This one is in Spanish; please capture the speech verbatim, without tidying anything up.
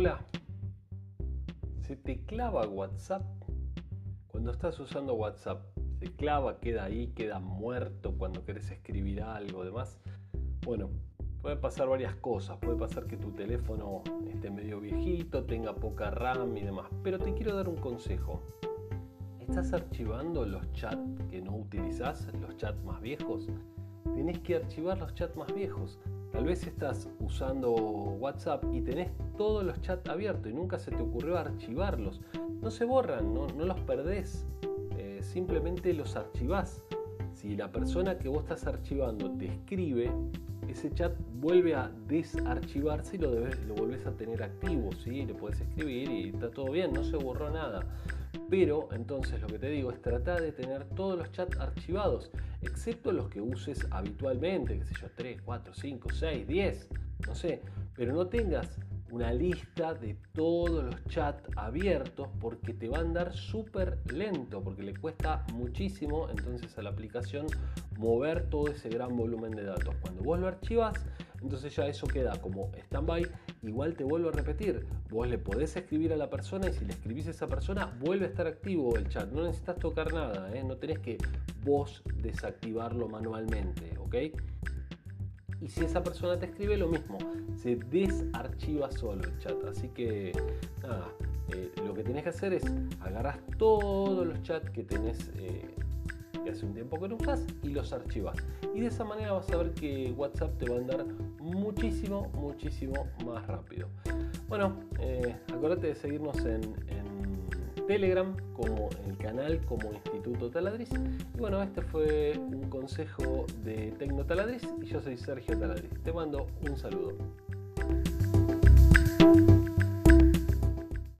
Hola, ¿se te clava WhatsApp? Cuando estás usando WhatsApp, ¿se clava, queda ahí, queda muerto cuando querés escribir algo, demás? Bueno, puede pasar varias cosas. Puede pasar que tu teléfono esté medio viejito, tenga poca RAM y demás. Pero te quiero dar un consejo. ¿Estás archivando los chats que no utilizás, los chats más viejos? Tenés que archivar los chats más viejos. Tal vez estás usando WhatsApp y tenés todos los chats abiertos y nunca se te ocurrió archivarlos. No se borran, no, no los perdés, eh, simplemente los archivás. Si la persona que vos estás archivando te escribe, ese chat vuelve a desarchivarse y lo, debes, lo volvés a tener activo, ¿sí? Le podés escribir y está todo bien, no se borró nada. Pero entonces lo que te digo es tratar de tener todos los chats archivados, excepto los que uses habitualmente, qué sé yo, tres, cuatro, cinco, seis, diez, no sé, pero no tengas una lista de todos los chats abiertos porque te va a andar súper lento, porque le cuesta muchísimo entonces a la aplicación mover todo ese gran volumen de datos. Cuando vos lo archivas, entonces ya eso queda como stand-by. Igual te vuelvo a repetir, vos le podés escribir a la persona y si le escribís a esa persona vuelve a estar activo el chat, no necesitas tocar nada, ¿eh? No tenés que vos desactivarlo manualmente, ¿ok? Y si esa persona te escribe, lo mismo, se desarchiva solo el chat. Así que nada, eh, lo que tenés que hacer es agarrar todos los chats que tenés eh, que hace un tiempo que no usas y los archivas. Y de esa manera vas a ver que WhatsApp te va a andar muchísimo, muchísimo más rápido. Bueno, eh, acuérdate de seguirnos en, en Telegram, como en el canal como Instituto Taladriz. Y bueno, este fue un consejo de Tecno Taladriz y yo soy Sergio Taladriz. Te mando un saludo.